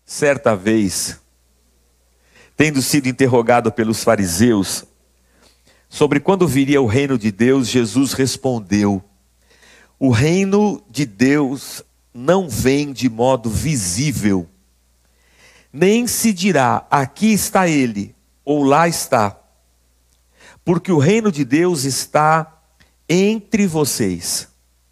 Certa vez, tendo sido interrogado pelos fariseus sobre quando viria o reino de Deus, Jesus respondeu: o reino de Deus não vem de modo visível, nem se dirá, aqui está ele, ou lá está, porque o reino de Deus está entre vocês.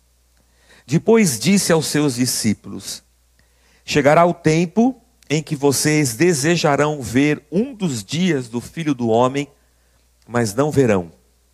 Depois disse aos seus discípulos: chegará o tempo em que vocês desejarão ver um dos dias do Filho do Homem, mas não verão.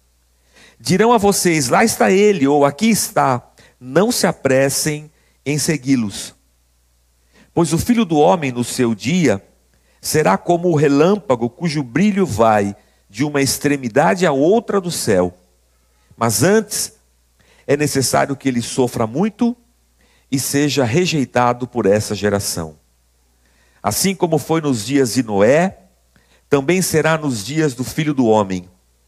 Dirão a vocês, lá está ele, ou aqui está. Não se apressem em segui-los. Pois o Filho do Homem, no seu dia, será como o relâmpago cujo brilho vai de uma extremidade à outra do céu. Mas antes, é necessário que ele sofra muito e seja rejeitado por essa geração. Assim como foi nos dias de Noé, também será nos dias do Filho do Homem.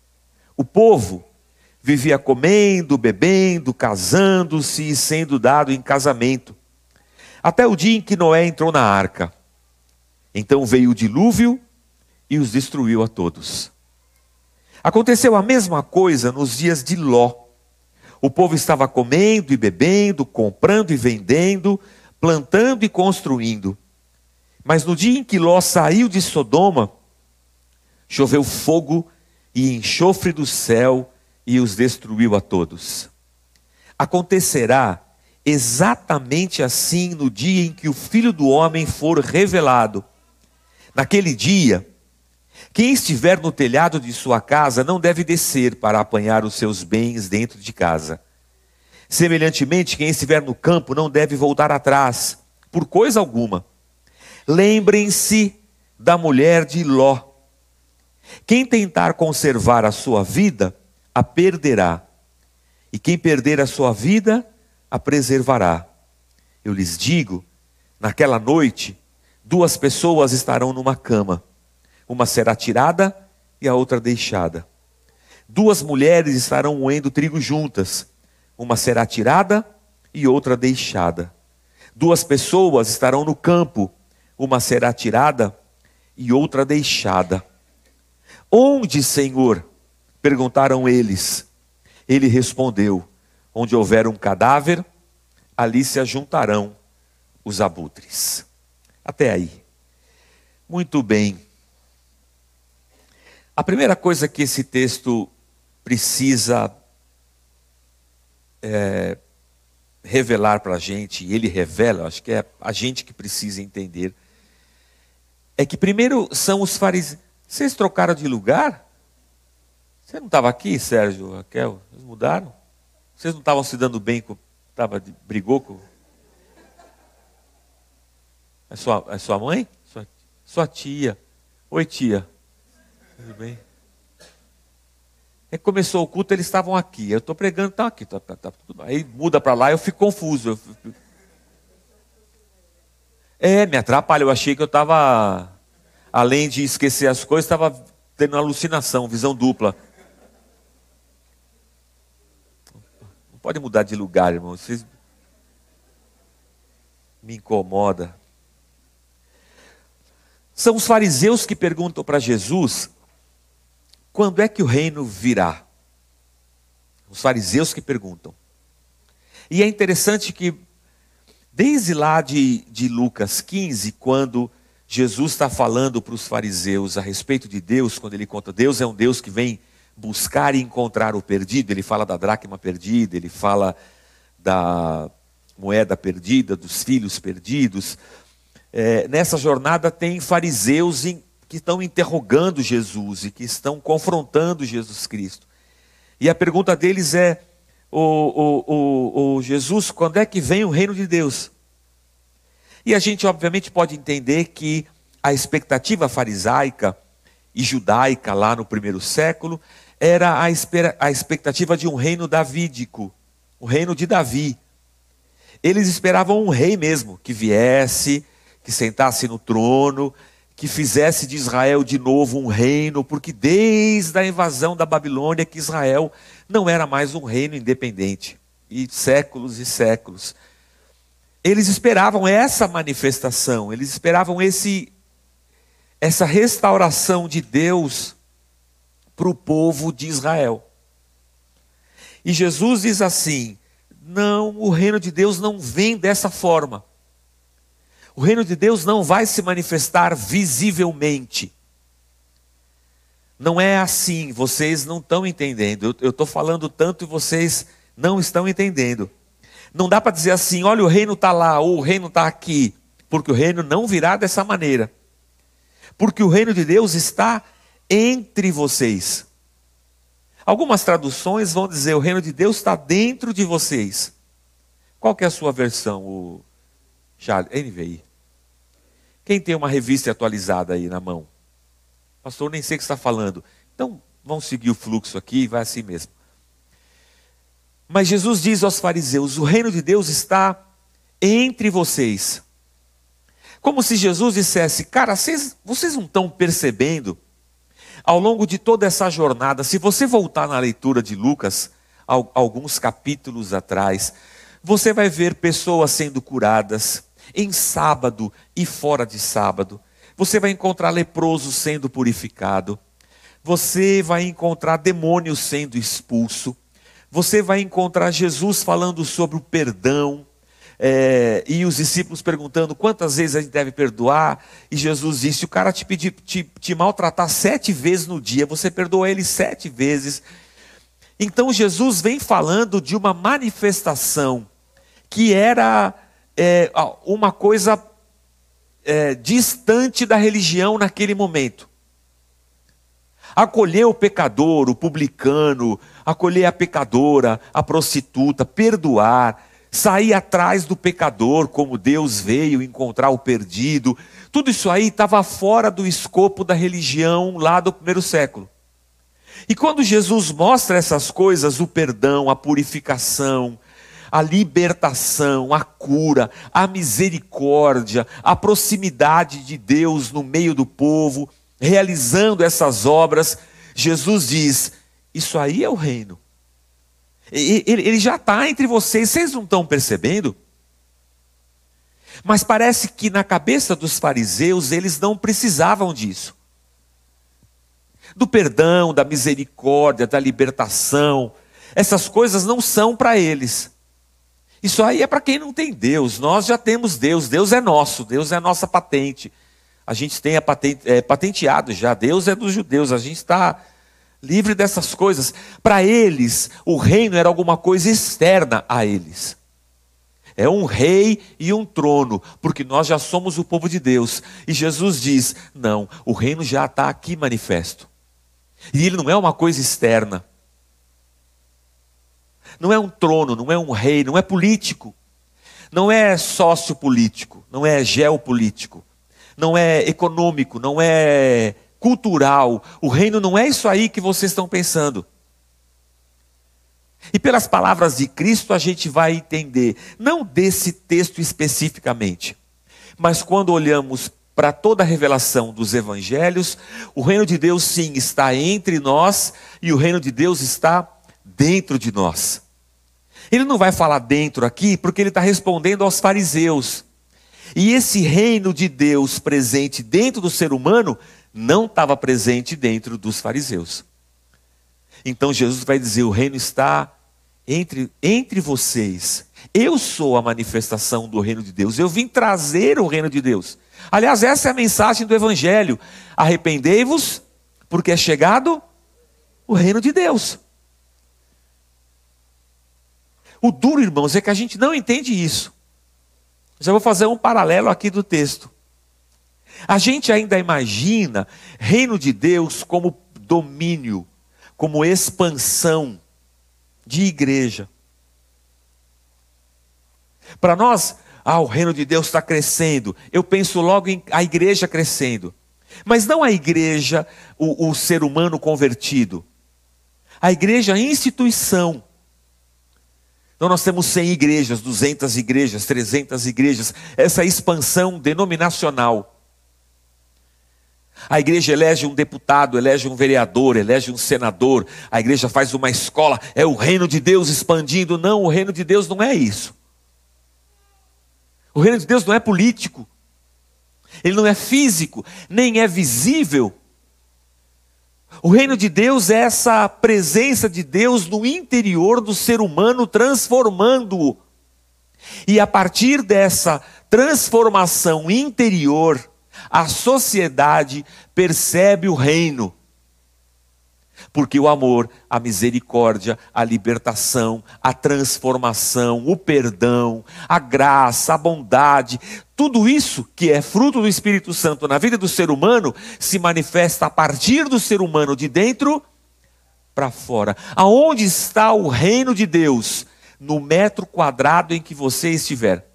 O povo vivia comendo, bebendo, casando-se e sendo dado em casamento, até o dia em que Noé entrou na arca. Então veio o dilúvio e os destruiu a todos. Aconteceu a mesma coisa nos dias de Ló. O povo estava comendo e bebendo, comprando e vendendo, plantando e construindo. Mas no dia em que Ló saiu de Sodoma, choveu fogo e enxofre do céu e os destruiu a todos. Acontecerá exatamente assim no dia em que o Filho do Homem for revelado. Naquele dia, quem estiver no telhado de sua casa não deve descer para apanhar os seus bens dentro de casa. Semelhantemente, quem estiver no campo não deve voltar atrás, por coisa alguma. Lembrem-se da mulher de Ló. Quem tentar conservar a sua vida, a perderá. E quem perder a sua vida, a preservará. Eu lhes digo, naquela noite, 2 pessoas estarão numa cama. Uma será tirada e a outra deixada. 2 mulheres estarão moendo trigo juntas. Uma será tirada e outra deixada. 2 pessoas estarão no campo. Uma será tirada e outra deixada. Onde, Senhor? Perguntaram eles. Ele respondeu: onde houver um cadáver, ali se ajuntarão os abutres. Até aí. Muito bem. A primeira coisa que esse texto precisa revelar para a gente, e ele revela, acho que é a gente que precisa entender, é que primeiro são os fariseus. Vocês trocaram de lugar? Você não estava aqui, Sérgio, Raquel? Vocês mudaram? Vocês não estavam se dando bem, brigou com... É sua mãe? Sua tia. Oi, tia. Tudo bem? Aí começou o culto, eles estavam aqui. Eu estou pregando, estão aqui. Tudo. Aí muda para lá, eu fico confuso. Me atrapalha. Eu achei que eu estava, além de esquecer as coisas, estava tendo uma alucinação, visão dupla. Não pode mudar de lugar, irmão. Vocês me incomodam. São os fariseus que perguntam para Jesus: quando é que o reino virá? Os fariseus que perguntam. E é interessante que, desde lá de Lucas 15, quando Jesus está falando para os fariseus a respeito de Deus, quando ele conta, Deus é um Deus que vem buscar e encontrar o perdido, ele fala da dracma perdida, ele fala da moeda perdida, dos filhos perdidos. Nessa jornada tem fariseus que estão interrogando Jesus e que estão confrontando Jesus Cristo. E a pergunta deles é: Jesus, quando é que vem o reino de Deus? E a gente obviamente pode entender que a expectativa farisaica e judaica lá no primeiro século era a expectativa de um reino davídico, o reino de Davi. Eles esperavam um rei mesmo, que viesse, que sentasse no trono, que fizesse de Israel de novo um reino, porque desde a invasão da Babilônia que Israel não era mais um reino independente, e séculos. eles esperavam essa manifestação, eles esperavam essa restauração de Deus para o povo de Israel. E Jesus diz assim: não, o reino de Deus não vem dessa forma. O reino de Deus não vai se manifestar visivelmente. Não é assim, vocês não estão entendendo. Eu estou falando tanto e vocês não estão entendendo. Não dá para dizer assim: olha, o reino está lá, ou o reino está aqui. Porque o reino não virá dessa maneira. Porque o reino de Deus está entre vocês. Algumas traduções vão dizer: o reino de Deus está dentro de vocês. Qual que é a sua versão? O NVI. Quem tem uma revista atualizada aí na mão? Pastor, nem sei o que você está falando. Então, vamos seguir o fluxo aqui, vai assim mesmo. Mas Jesus diz aos fariseus: o reino de Deus está entre vocês. Como se Jesus dissesse: cara, vocês não estão percebendo? Ao longo de toda essa jornada, se você voltar na leitura de Lucas, alguns capítulos atrás, você vai ver pessoas sendo curadas em sábado e fora de sábado. Você vai encontrar leprosos sendo purificado. Você vai encontrar demônios sendo expulso. Você vai encontrar Jesus falando sobre o perdão. E os discípulos perguntando quantas vezes a gente deve perdoar. E Jesus disse: se o cara te maltratar 7 vezes no dia, você perdoa ele 7 vezes. Então Jesus vem falando de uma manifestação que era uma coisa distante da religião naquele momento. Acolher o pecador, o publicano, acolher a pecadora, a prostituta, perdoar, sair atrás do pecador, como Deus veio encontrar o perdido. Tudo isso aí estava fora do escopo da religião lá do primeiro século. E quando Jesus mostra essas coisas, o perdão, a purificação, a libertação, a cura, a misericórdia, a proximidade de Deus no meio do povo, realizando essas obras, Jesus diz: isso aí é o reino. Ele já está entre vocês, vocês não estão percebendo? Mas parece que na cabeça dos fariseus eles não precisavam disso. Do perdão, da misericórdia, da libertação. Essas coisas não são para eles. Isso aí é para quem não tem Deus. Nós já temos Deus. Deus é nosso. Deus é a nossa patente. A gente tem patenteado já. Deus é dos judeus. A gente está livre dessas coisas. Para eles, o reino era alguma coisa externa a eles. É um rei e um trono, porque nós já somos o povo de Deus. E Jesus diz: não, o reino já está aqui manifesto. E ele não é uma coisa externa. Não é um trono, não é um rei, não é político. Não é sociopolítico, não é geopolítico. Não é econômico, não é cultural. O reino não é isso aí que vocês estão pensando. E pelas palavras de Cristo a gente vai entender, não desse texto especificamente, mas quando olhamos para toda a revelação dos evangelhos, o reino de Deus sim está entre nós e o reino de Deus está dentro de nós. Ele não vai falar dentro aqui porque ele está respondendo aos fariseus. E esse reino de Deus presente dentro do ser humano não estava presente dentro dos fariseus. Então Jesus vai dizer: o reino está entre vocês. Eu sou a manifestação do reino de Deus. Eu vim trazer o reino de Deus. Aliás, essa é a mensagem do evangelho. Arrependei-vos, porque é chegado o reino de Deus. O duro, irmãos, é que a gente não entende isso. Já vou fazer um paralelo aqui do texto. A gente ainda imagina reino de Deus como domínio, como expansão de igreja. Para nós, o reino de Deus está crescendo. Eu penso logo em a igreja crescendo. Mas não a igreja, o ser humano convertido. A igreja é a instituição. Então nós temos 100 igrejas, 200 igrejas, 300 igrejas. Essa expansão denominacional. A igreja elege um deputado, elege um vereador, elege um senador. A igreja faz uma escola. É o reino de Deus expandindo. Não, o reino de Deus não é isso. O reino de Deus não é político. Ele não é físico, nem é visível. O reino de Deus é essa presença de Deus no interior do ser humano, transformando-o. E a partir dessa transformação interior, a sociedade percebe o reino. Porque o amor, a misericórdia, a libertação, a transformação, o perdão, a graça, a bondade, tudo isso que é fruto do Espírito Santo na vida do ser humano, se manifesta a partir do ser humano de dentro para fora. Aonde está o reino de Deus? No metro quadrado em que você estiver.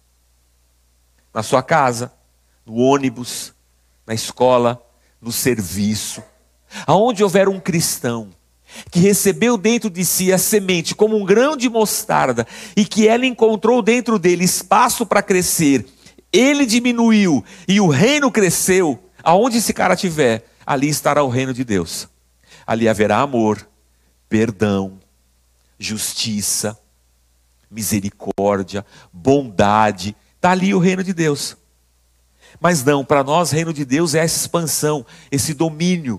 Na sua casa, no ônibus, na escola, no serviço. Aonde houver um cristão que recebeu dentro de si a semente como um grão de mostarda e que ela encontrou dentro dele espaço para crescer, ele diminuiu e o reino cresceu, aonde esse cara estiver, ali estará o reino de Deus. Ali haverá amor, perdão, justiça, misericórdia, bondade, está ali o reino de Deus. Mas não, para nós reino de Deus é essa expansão, esse domínio,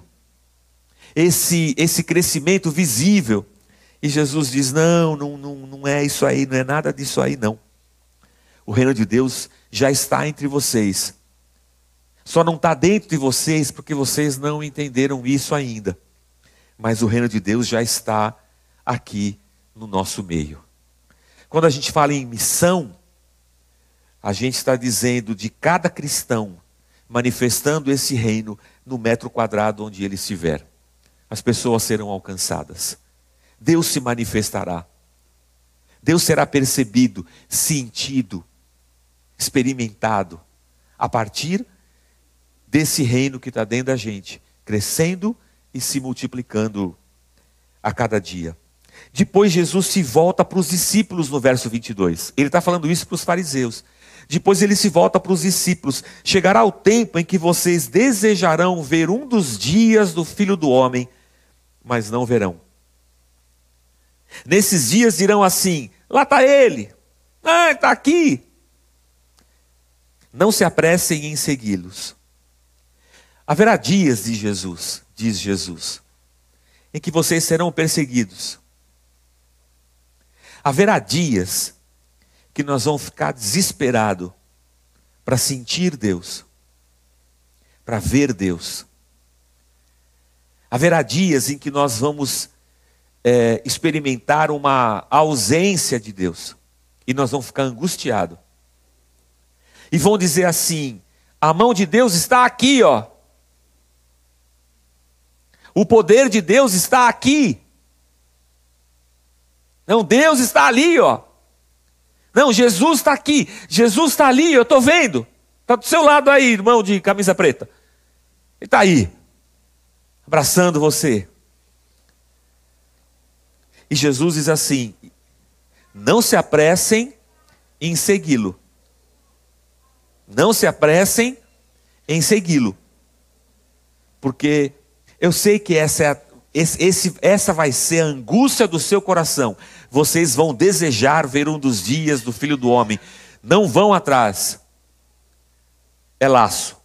esse crescimento visível. E Jesus diz, não é isso aí, não é nada disso aí não. O reino de Deus já está entre vocês. Só não está dentro de vocês porque vocês não entenderam isso ainda. Mas o reino de Deus já está aqui no nosso meio. Quando a gente fala em missão, a gente está dizendo de cada cristão manifestando esse reino no metro quadrado onde ele estiver. As pessoas serão alcançadas. Deus se manifestará. Deus será percebido, sentido, experimentado a partir desse reino que está dentro da gente, crescendo e se multiplicando a cada dia. Depois Jesus se volta para os discípulos no verso 22. Ele está falando isso para os fariseus. Depois ele se volta para os discípulos. Chegará o tempo em que vocês desejarão ver um dos dias do Filho do Homem, mas não verão. Nesses dias dirão assim, lá está ele, está aqui. Não se apressem em segui-los. Haverá dias, diz Jesus, em que vocês serão perseguidos. Haverá dias que nós vamos ficar desesperados para sentir Deus, para ver Deus. Haverá dias em que nós vamos experimentar uma ausência de Deus. E nós vamos ficar angustiados. E vão dizer assim, a mão de Deus está aqui, ó. O poder de Deus está aqui. Não, Deus está ali, ó. Não, Jesus está aqui. Jesus está ali, eu estou vendo. Está do seu lado aí, irmão de camisa preta. Ele está aí. Abraçando você. E Jesus diz assim, não se apressem em segui-lo. Não se apressem em segui-lo. Porque eu sei que essa vai ser a angústia do seu coração. Vocês vão desejar ver um dos dias do Filho do Homem. Não vão atrás. É laço.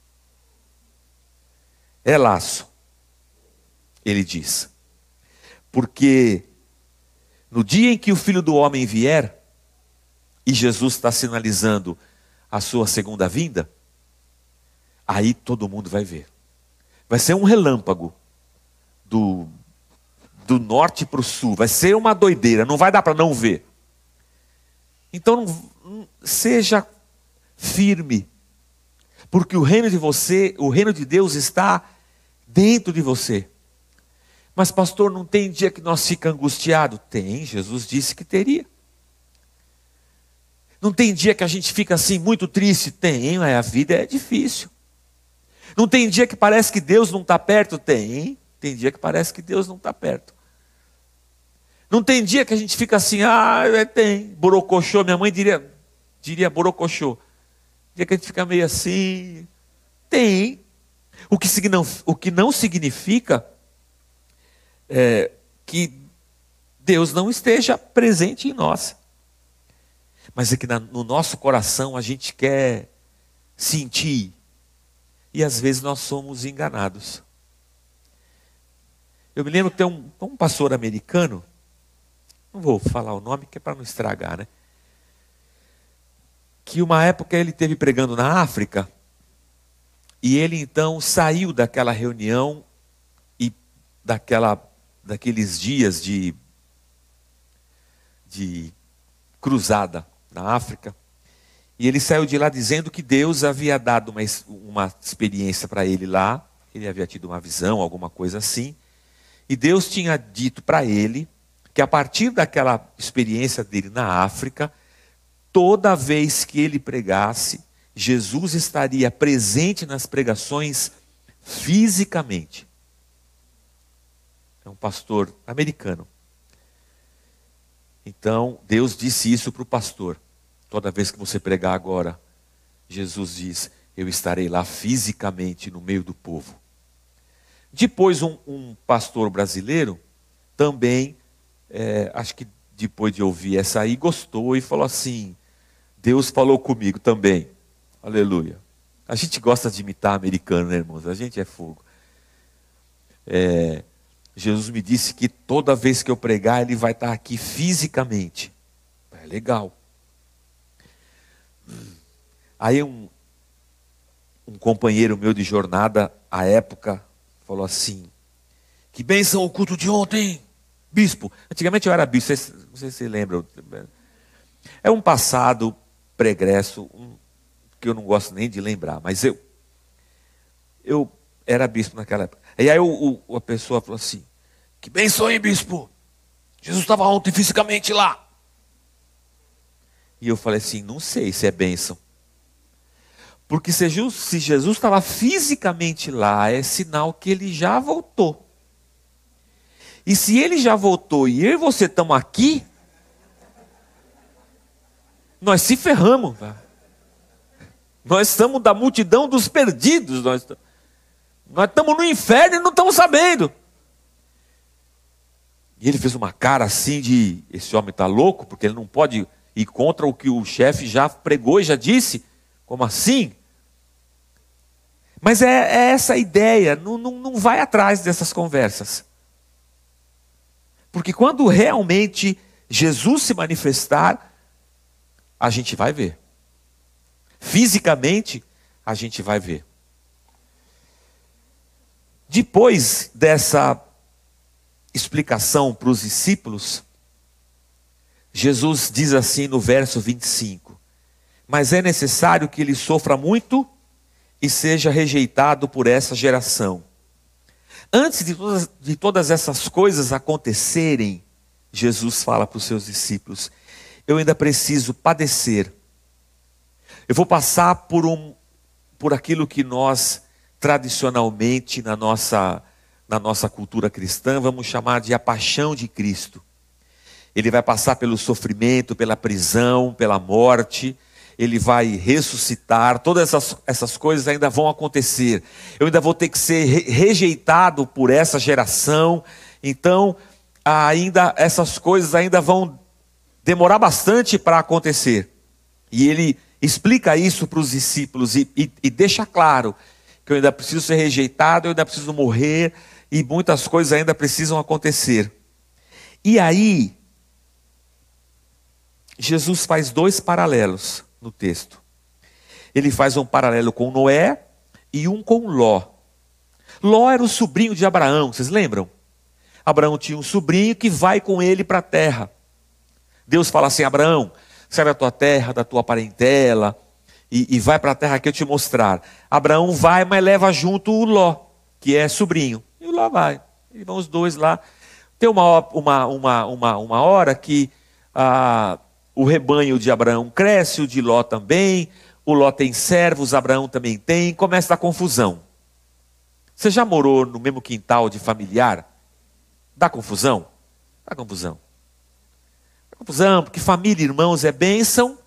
É laço. Ele diz. Porque no dia em que o Filho do Homem vier, e Jesus está sinalizando a sua segunda vinda, aí todo mundo vai ver. Vai ser um relâmpago do norte para o sul. Vai ser uma doideira, não vai dar para não ver. Então seja firme, porque o reino de Deus está dentro de você. Mas pastor, não tem dia que nós ficamos angustiados? Tem, Jesus disse que teria. Não tem dia que a gente fica assim muito triste? Tem, a vida é difícil. Não tem dia que parece que Deus não está perto? Tem dia que parece que Deus não está perto. Não tem dia que a gente fica assim, tem, borocochô, minha mãe diria borocochô. Dia que a gente fica meio assim, tem. O que não significa que Deus não esteja presente em nós. Mas é que no nosso coração a gente quer sentir. E às vezes nós somos enganados. Eu me lembro que tem um pastor americano, não vou falar o nome que é para não estragar, né? Que uma época ele esteve pregando na África, e ele então saiu daquela reunião e daqueles dias de cruzada na África, e ele saiu de lá dizendo que Deus havia dado uma experiência para ele lá, ele havia tido uma visão, alguma coisa assim, e Deus tinha dito para ele que a partir daquela experiência dele na África, toda vez que ele pregasse, Jesus estaria presente nas pregações fisicamente. É um pastor americano. Então, Deus disse isso para o pastor. Toda vez que você pregar agora, Jesus diz, eu estarei lá fisicamente no meio do povo. Depois, um pastor brasileiro também, acho que depois de ouvir essa aí, gostou e falou assim, Deus falou comigo também. Aleluia. A gente gosta de imitar americano, né, irmãos? A gente é fogo. Jesus me disse que toda vez que eu pregar, ele vai estar aqui fisicamente. É legal. Aí um companheiro meu de jornada, à época, falou assim, que bênção o culto de ontem, bispo. Antigamente eu era bispo, não sei se você lembra. É um passado pregresso, que eu não gosto nem de lembrar, mas eu era bispo naquela época. E aí a pessoa falou assim, que bênção, hein, bispo? Jesus estava ontem fisicamente lá. E eu falei assim, não sei se é bênção. Porque se Jesus estava fisicamente lá, é sinal que ele já voltou. E se ele já voltou e eu e você estamos aqui, nós se ferramos. Nós estamos da multidão dos perdidos. Nós estamos no inferno e não estamos sabendo. E ele fez uma cara assim de, esse homem está louco, porque ele não pode ir contra o que o chefe já pregou e já disse. Como assim? Mas é essa a ideia, não vai atrás dessas conversas. Porque quando realmente Jesus se manifestar, a gente vai ver. Fisicamente, a gente vai ver. Depois dessa explicação para os discípulos, Jesus diz assim no verso 25: mas é necessário que ele sofra muito e seja rejeitado por essa geração. Antes de todas essas coisas acontecerem, Jesus fala para os seus discípulos, eu ainda preciso padecer. Eu vou passar por aquilo que nós, tradicionalmente, na nossa cultura cristã, vamos chamar de a paixão de Cristo. Ele vai passar pelo sofrimento, pela prisão, pela morte. Ele vai ressuscitar, todas essas coisas ainda vão acontecer. Eu ainda vou ter que ser rejeitado por essa geração. Então, ainda essas coisas ainda vão demorar bastante para acontecer. E ele explica isso para os discípulos e deixa claro que eu ainda preciso ser rejeitado, eu ainda preciso morrer e muitas coisas ainda precisam acontecer. E aí, Jesus faz dois paralelos no texto. Ele faz um paralelo com Noé e um com Ló. Ló era o sobrinho de Abraão, vocês lembram? Abraão tinha um sobrinho que vai com ele para a terra. Deus fala assim, Abraão, sai da tua terra, da tua parentela, e vai para a terra que eu te mostrar. Abraão vai, mas leva junto o Ló, que é sobrinho. E o Ló vai. E vão os dois lá. Tem uma hora que o rebanho de Abraão cresce, o de Ló também. O Ló tem servos, Abraão também tem. Começa a confusão. Você já morou no mesmo quintal de familiar? Dá confusão? Dá confusão. Dá confusão, porque família, irmãos, é bênção.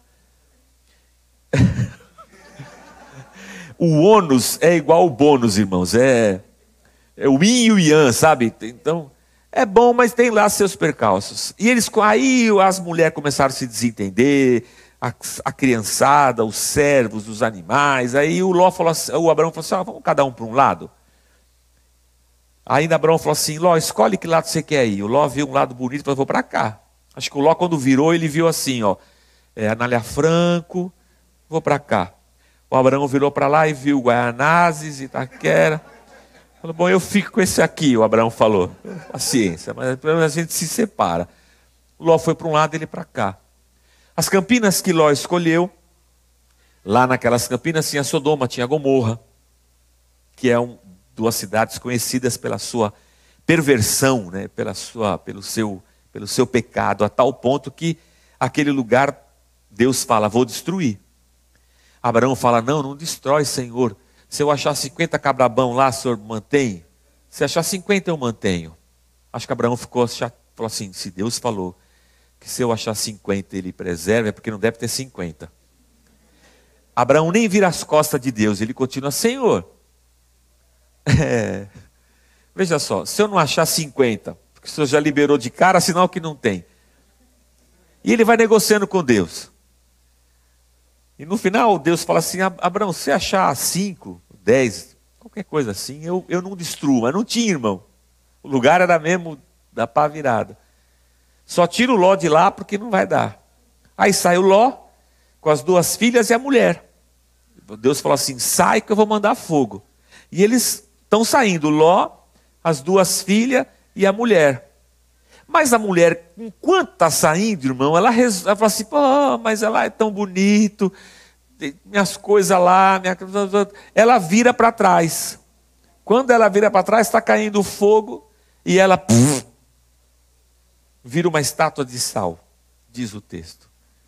O ônus é igual ao bônus, irmãos. É o yin e o yang, sabe? Então, é bom, mas tem lá seus percalços. E aí as mulheres começaram a se desentender, a criançada, os servos, os animais. Aí o Abraão falou assim, vamos cada um para um lado. Ainda Abraão falou assim, Ló, escolhe que lado você quer ir. O Ló viu um lado bonito e falou, vou para cá. Acho que o Ló, quando virou, ele viu assim, Anália Franco, vou para cá. O Abraão virou para lá e viu Guaianazes, Itaquera. Falou, bom, eu fico com esse aqui, o Abraão falou. Paciência, mas pelo menos a gente se separa. O Ló foi para um lado e ele para cá. As campinas que Ló escolheu, lá naquelas campinas tinha Sodoma, tinha Gomorra, que é duas cidades conhecidas pela sua perversão, né? pelo seu pecado, a tal ponto que aquele lugar, Deus fala, vou destruir. Abraão fala, não destrói, Senhor. Se eu achar 50 cabrabão lá, o Senhor mantém? Se achar 50, eu mantenho. Acho que Abraão falou assim, se Deus falou que se eu achar 50 ele preserva, é porque não deve ter 50. Abraão nem vira as costas de Deus, ele continua, Senhor, veja só, se eu não achar 50, porque o Senhor já liberou de cara, sinal que não tem. E ele vai negociando com Deus. E no final Deus fala assim, Abraão, se achar 5, 10, qualquer coisa assim, eu não destruo. Mas não tinha, irmão. O lugar era mesmo da pá virada. Só tira o Ló de lá porque não vai dar. Aí sai o Ló com as 2 filhas e a mulher. Deus falou assim, sai que eu vou mandar fogo. E eles estão saindo, o Ló, as 2 filhas e a mulher. Mas a mulher, enquanto está saindo, irmão, ela fala assim, mas ela é tão bonito, minhas coisas lá, ela vira para trás. Quando ela vira para trás, está caindo fogo e ela vira uma estátua de sal, diz o texto.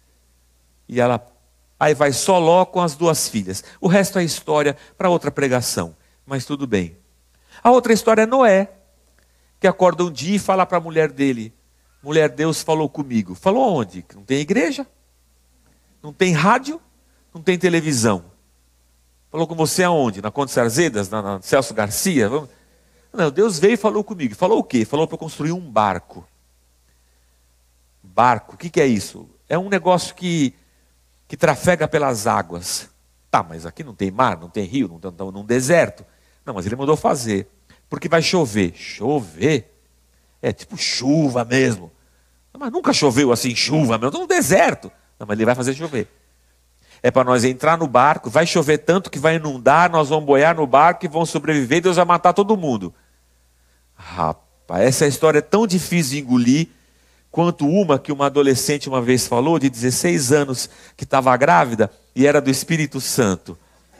Aí vai só Ló com as 2 filhas. O resto é história para outra pregação, mas tudo bem. A outra história é Noé, que acorda um dia e fala para a mulher dele, mulher, Deus falou comigo. Falou onde? Não tem igreja, não tem rádio, não tem televisão. Falou com você aonde? Na Conde Sarzedas, na Celso Garcia? Não, Deus veio e falou comigo. Falou o quê? Falou para eu construir um barco. Barco, o que é isso? É um negócio que trafega pelas águas. Tá, mas aqui não tem mar, não tem rio, não estamos num deserto. Não, mas ele mandou fazer. Porque vai chover. Chover? É tipo chuva mesmo. Mas nunca choveu assim, chuva mesmo. Estou no deserto. Não, mas ele vai fazer chover. É para nós entrar no barco, vai chover tanto que vai inundar, nós vamos boiar no barco e vão sobreviver e Deus vai matar todo mundo. Rapaz, essa história é tão difícil de engolir quanto uma que uma adolescente uma vez falou, de 16 anos, que estava grávida e era do Espírito Santo.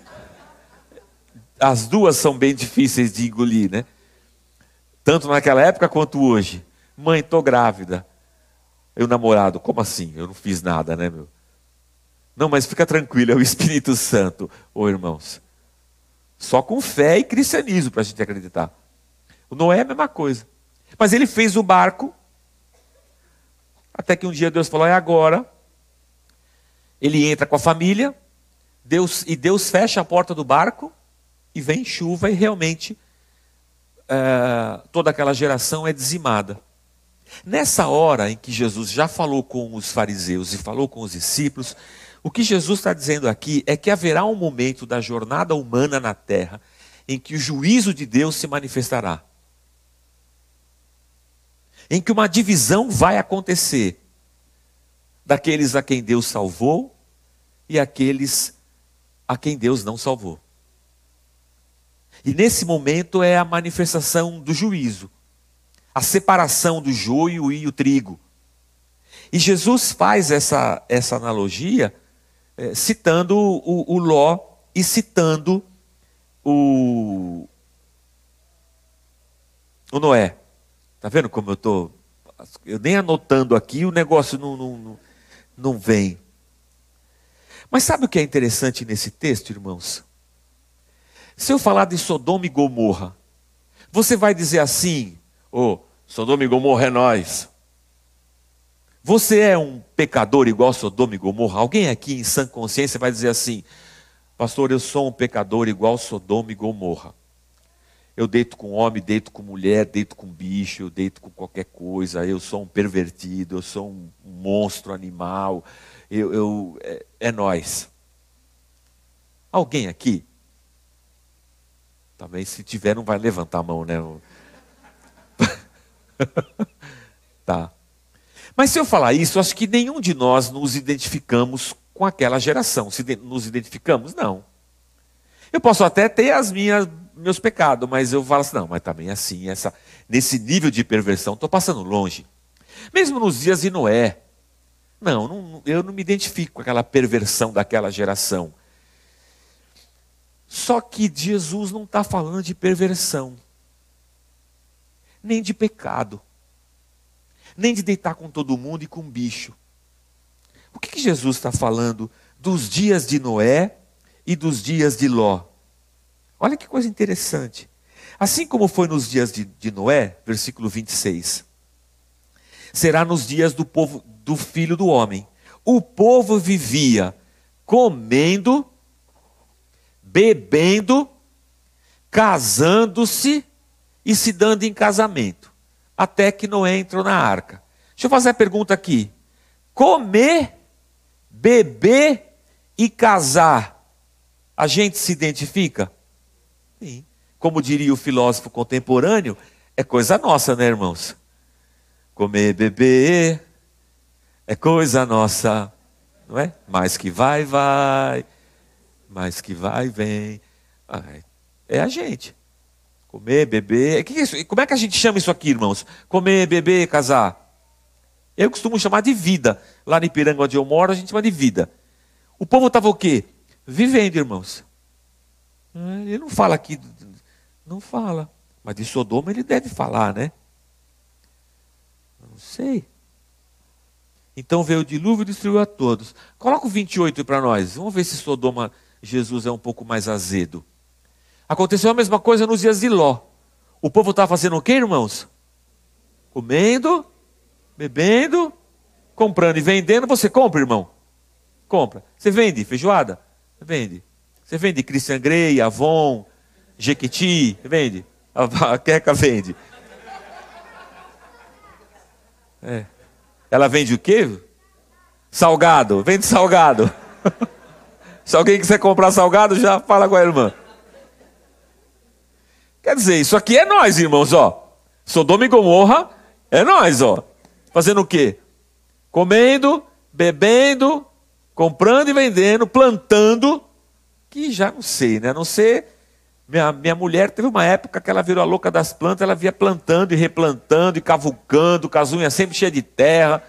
As duas são bem difíceis de engolir, né? Tanto naquela época quanto hoje. Mãe, estou grávida. Eu namorado, como assim? Eu não fiz nada, né, meu? Não, mas fica tranquilo, é o Espírito Santo. Ô, irmãos, só com fé e cristianismo para a gente acreditar. O Noé é a mesma coisa. Mas ele fez o barco, até que um dia Deus falou, é agora. Ele entra com a família, Deus fecha a porta do barco, e vem chuva e realmente toda aquela geração é dizimada. Nessa hora em que Jesus já falou com os fariseus e falou com os discípulos, o que Jesus está dizendo aqui é que haverá um momento da jornada humana na terra em que o juízo de Deus se manifestará. Em que uma divisão vai acontecer daqueles a quem Deus salvou e aqueles a quem Deus não salvou. E nesse momento é a manifestação do juízo, a separação do joio e o trigo. E Jesus faz essa analogia citando o Ló e citando o Noé. Está vendo como eu estou? Eu nem anotando aqui, o negócio não vem. Mas sabe o que é interessante nesse texto, irmãos? Se eu falar de Sodoma e Gomorra, você vai dizer assim, Sodoma e Gomorra é nós. Você é um pecador igual Sodoma e Gomorra? Alguém aqui em sã consciência vai dizer assim, pastor, eu sou um pecador igual Sodoma e Gomorra. Eu deito com homem, deito com mulher, deito com bicho, eu deito com qualquer coisa, eu sou um pervertido, eu sou um monstro animal, É nós. Alguém aqui? Também, se tiver, não vai levantar a mão, né? Tá. Mas se eu falar isso, acho que nenhum de nós nos identificamos com aquela geração. Nos identificamos? Não. Eu posso até ter meus pecados, mas eu falo assim, não, mas também assim, nesse nível de perversão, estou passando longe. Mesmo nos dias de Noé. Não, eu não me identifico com aquela perversão daquela geração. Só que Jesus não está falando de perversão, nem de pecado, nem de deitar com todo mundo e com bicho. O que Jesus está falando dos dias de Noé e dos dias de Ló? Olha que coisa interessante. Assim como foi nos dias de Noé, versículo 26, será nos dias do povo, do filho do homem. O povo vivia comendo, bebendo, casando-se e se dando em casamento, até que Noé entrou na arca. Deixa eu fazer a pergunta aqui. Comer, beber e casar, a gente se identifica? Sim. Como diria o filósofo contemporâneo, é coisa nossa, né, irmãos? Comer, beber, é coisa nossa, não é? Mais que vai, mais que vai, vem. É a gente. Comer, beber. Que é isso? Como é que a gente chama isso aqui, irmãos? Comer, beber, casar. Eu costumo chamar de vida. Lá no Ipiranga, onde eu moro, a gente chama de vida. O povo estava o quê? Vivendo, irmãos. Ele não fala aqui, não fala. Mas de Sodoma ele deve falar, né? Não sei. Então veio o dilúvio e destruiu a todos. Coloca o 28 para nós. Vamos ver se Sodoma, Jesus é um pouco mais azedo. Aconteceu a mesma coisa nos dias de Ló. O povo estava fazendo o quê, irmãos? Comendo, bebendo, comprando e vendendo. Você compra, irmão? Compra. Você vende feijoada? Vende. Você vende Christian Grey, Avon, Jequiti? Vende. A Queca vende. Ela vende o quê? Salgado. Vende salgado. Se alguém quiser comprar salgado, já fala com a irmã. Quer dizer, isso aqui é nós, irmãos, ó. Sodoma e Gomorra é nós, ó. Fazendo o quê? Comendo, bebendo, comprando e vendendo, plantando, que já não sei, né? A não ser, minha mulher teve uma época que ela virou a louca das plantas, ela via plantando e replantando e cavucando, com as unhas sempre cheias de terra.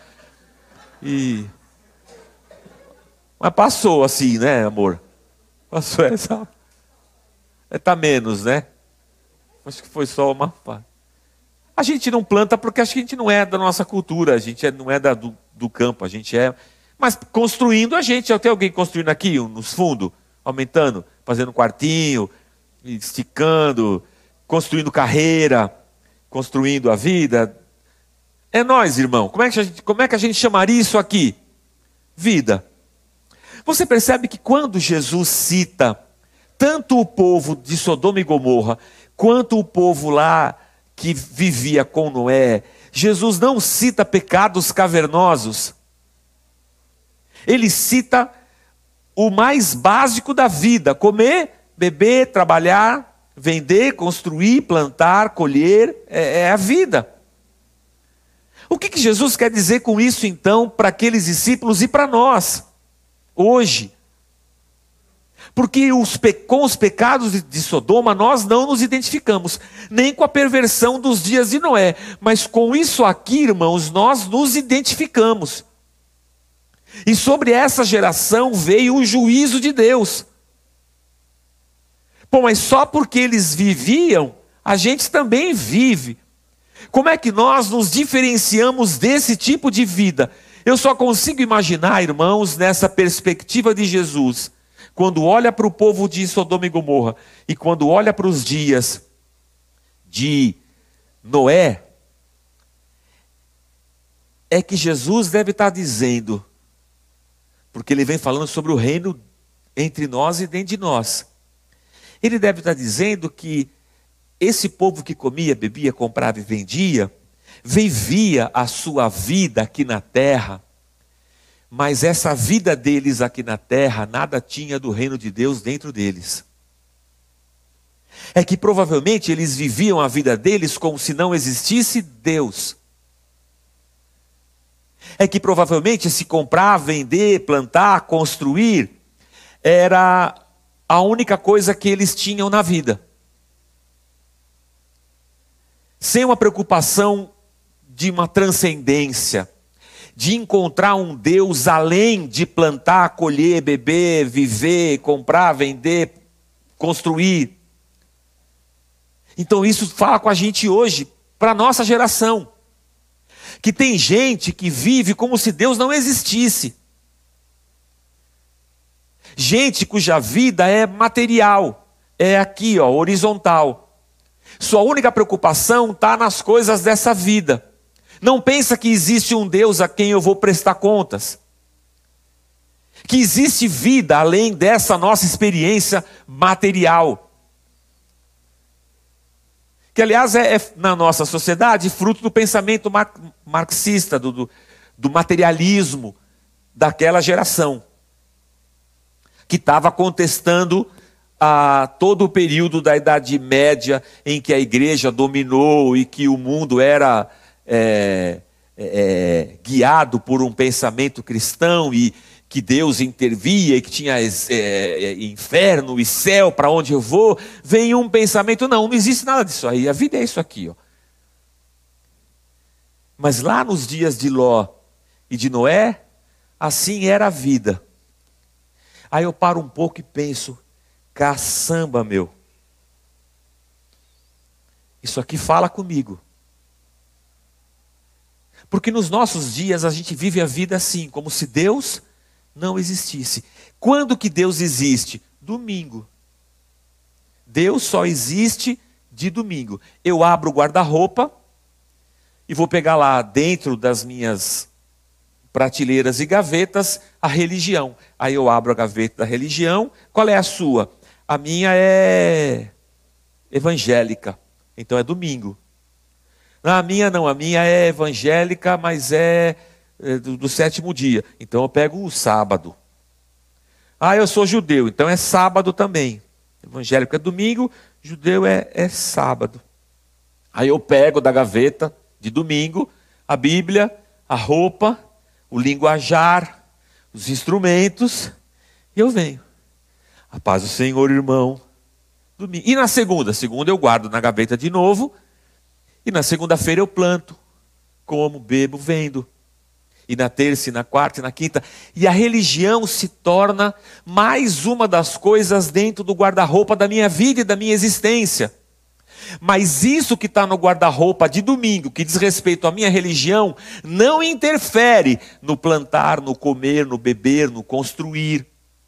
Mas passou assim, né, amor? Passou essa. Tá menos, né? Acho que foi só uma fase. A gente não planta porque acho que a gente não é da nossa cultura, a gente não é do campo, a gente é. Mas construindo a gente, tem alguém construindo aqui, nos fundos, aumentando, fazendo um quartinho, esticando, construindo carreira, construindo a vida. É nós, irmão. Como é que a gente chamaria isso aqui? Vida. Você percebe que quando Jesus cita tanto o povo de Sodoma e Gomorra, quanto o povo lá que vivia com Noé, Jesus não cita pecados cavernosos. Ele cita o mais básico da vida: comer, beber, trabalhar, vender, construir, plantar, colher, é a vida. O que Jesus quer dizer com isso então para aqueles discípulos e para nós, hoje? Porque com os pecados de Sodoma nós não nos identificamos, nem com a perversão dos dias de Noé, mas com isso aqui, irmãos, nós nos identificamos. E sobre essa geração veio o juízo de Deus. Pô, mas só porque eles viviam, a gente também vive. Como é que nós nos diferenciamos desse tipo de vida? Eu só consigo imaginar, irmãos, nessa perspectiva de Jesus, quando olha para o povo de Sodoma e Gomorra, e quando olha para os dias de Noé, é que Jesus deve estar dizendo, porque ele vem falando sobre o reino entre nós e dentro de nós. Ele deve estar dizendo que esse povo que comia, bebia, comprava e vendia, vivia a sua vida aqui na terra, mas essa vida deles aqui na terra, nada tinha do reino de Deus dentro deles. É que provavelmente eles viviam a vida deles como se não existisse Deus. É que provavelmente se comprar, vender, plantar, construir, era a única coisa que eles tinham na vida. Sem uma preocupação de uma transcendência, de encontrar um Deus além de plantar, colher, beber, viver, comprar, vender, construir. Então isso fala com a gente hoje, para a nossa geração. Que tem gente que vive como se Deus não existisse. Gente cuja vida é material, é aqui, ó, horizontal. Sua única preocupação está nas coisas dessa vida. Não pensa que existe um Deus a quem eu vou prestar contas. Que existe vida além dessa nossa experiência material. Que, aliás, é na nossa sociedade fruto do pensamento marxista, do materialismo daquela geração, que estava contestando todo o período da Idade Média em que a igreja dominou e que o mundo era guiado por um pensamento cristão e que Deus intervia e que tinha inferno e céu para onde eu vou. Vem um pensamento, não existe nada disso aí, a vida é isso aqui, ó. Mas lá nos dias de Ló e de Noé, assim era a vida. Aí eu paro um pouco e penso, caçamba, meu, isso aqui fala comigo. Porque nos nossos dias a gente vive a vida assim, como se Deus não existisse. Quando que Deus existe? Domingo. Deus só existe de domingo. Eu abro o guarda-roupa e vou pegar lá dentro das minhas prateleiras e gavetas a religião. Aí eu abro a gaveta da religião. Qual é a sua? A minha é evangélica. Então é domingo. Não, a minha não. A minha é evangélica, mas é do sétimo dia. Então eu pego o sábado. Ah, eu sou judeu, então é sábado também. Evangélico é domingo, judeu é sábado. Aí eu pego da gaveta de domingo a Bíblia, a roupa, o linguajar, os instrumentos, e eu venho. A paz do Senhor, irmão. Domingo. E na segunda? Segunda eu guardo na gaveta de novo, e na segunda-feira eu planto, como, bebo, vendo. E na terça, e na quarta, e na quinta. E a religião se torna mais uma das coisas dentro do guarda-roupa da minha vida e da minha existência. Mas isso que está no guarda-roupa de domingo, que diz respeito à minha religião, não interfere no plantar, no comer, no beber, no construir.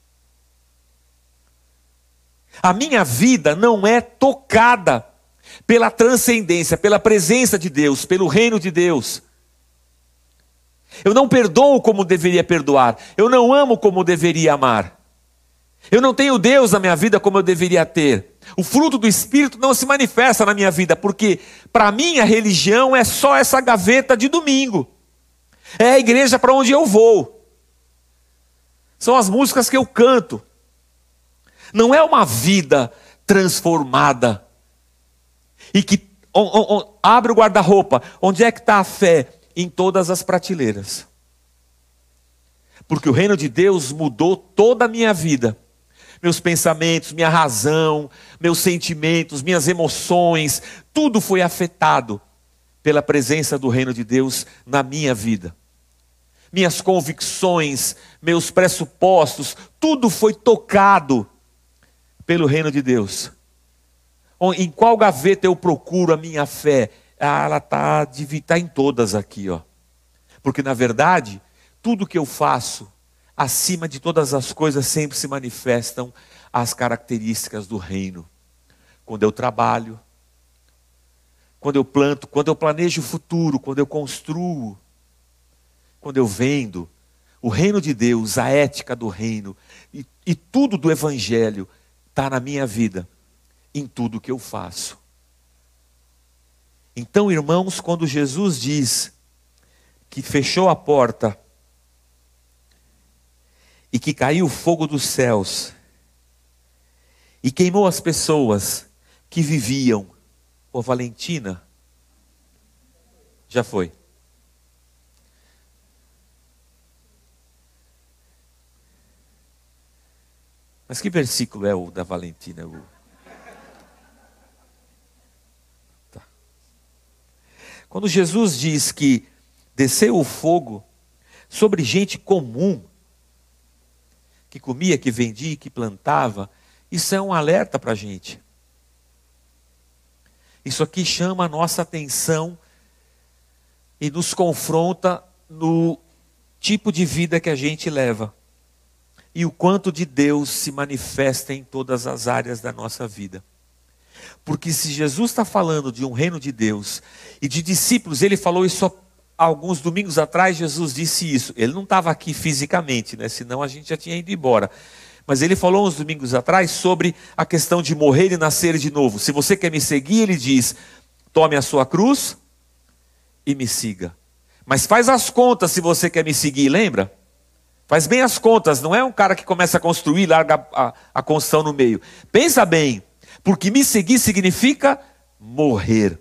A minha vida não é tocada pela transcendência, pela presença de Deus, pelo reino de Deus. Eu não perdoo como deveria perdoar. Eu não amo como deveria amar. Eu não tenho Deus na minha vida como eu deveria ter. O fruto do Espírito não se manifesta na minha vida, porque para mim a religião é só essa gaveta de domingo. É a igreja para onde eu vou. São as músicas que eu canto. Não é uma vida transformada. E que abre o guarda-roupa. Onde é que está a fé? Em todas as prateleiras. Porque o reino de Deus mudou toda a minha vida. Meus pensamentos, minha razão, meus sentimentos, minhas emoções, tudo foi afetado pela presença do reino de Deus na minha vida. Minhas convicções, meus pressupostos, tudo foi tocado pelo reino de Deus. Em qual gaveta eu procuro a minha fé? Ela está em todas aqui, ó. Porque na verdade, tudo que eu faço, acima de todas as coisas, sempre se manifestam as características do reino. Quando eu trabalho, quando eu planto, quando eu planejo o futuro, quando eu construo, quando eu vendo, o reino de Deus, a ética do reino, e tudo do evangelho está na minha vida, em tudo que eu faço. Então, irmãos, quando Jesus diz que fechou a porta e que caiu fogo dos céus e queimou as pessoas que viviam. Ô, Valentina, já foi. Mas que versículo é o da Valentina? Tá. Quando Jesus diz que desceu o fogo sobre gente comum, que comia, que vendia, que plantava, isso é um alerta para a gente. Isso aqui chama a nossa atenção e nos confronta no tipo de vida que a gente leva. E o quanto de Deus se manifesta em todas as áreas da nossa vida. Porque se Jesus está falando de um reino de Deus e de discípulos, ele falou isso alguns domingos atrás, Jesus disse isso. Ele não estava aqui fisicamente, né? Senão a gente já tinha ido embora. Mas ele falou uns domingos atrás sobre a questão de morrer e nascer de novo. Se você quer me seguir, ele diz, tome a sua cruz e me siga. Mas faz as contas se você quer me seguir, lembra? Faz bem as contas, não é um cara que começa a construir e larga a construção no meio. Pensa bem, porque me seguir significa morrer.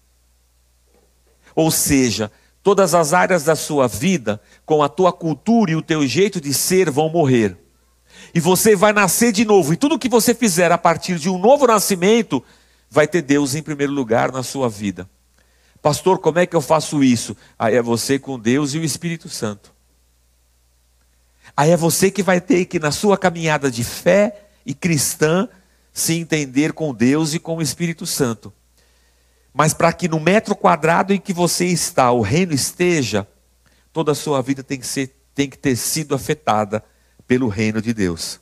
Ou seja, todas as áreas da sua vida, com a tua cultura e o teu jeito de ser, vão morrer. E você vai nascer de novo. E tudo que você fizer a partir de um novo nascimento, vai ter Deus em primeiro lugar na sua vida. Pastor, como é que eu faço isso? Aí é você com Deus e o Espírito Santo. Aí é você que vai ter que, na sua caminhada de fé e cristã, se entender com Deus e com o Espírito Santo. Mas para que no metro quadrado em que você está, o reino esteja, toda a sua vida tem que ter sido afetada pelo reino de Deus.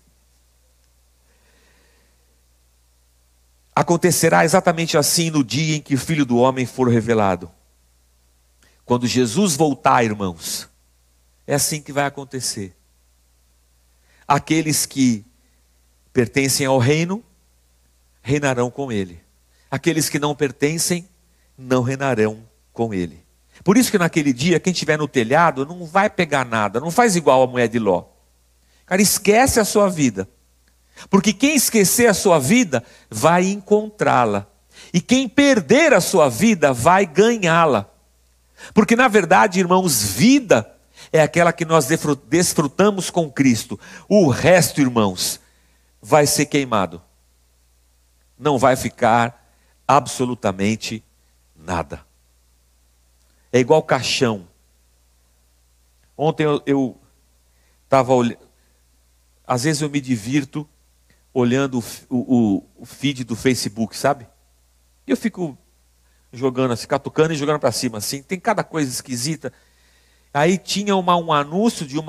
Acontecerá exatamente assim no dia em que o Filho do Homem for revelado. Quando Jesus voltar, irmãos, é assim que vai acontecer. Aqueles que pertencem ao reino, reinarão com ele. Aqueles que não pertencem, não reinarão com ele. Por isso que naquele dia, quem estiver no telhado, não vai pegar nada. Não faz igual a mulher de Ló. Cara, esquece a sua vida. Porque quem esquecer a sua vida, vai encontrá-la. E quem perder a sua vida, vai ganhá-la. Porque na verdade, irmãos, vida é aquela que nós desfrutamos com Cristo. O resto, irmãos, vai ser queimado. Não vai ficar absolutamente nada. É igual caixão. Ontem eu estava olhando. Às vezes eu me divirto olhando o feed do Facebook, sabe? E eu fico jogando assim, catucando e jogando para cima assim. Tem cada coisa esquisita. Aí tinha um anúncio de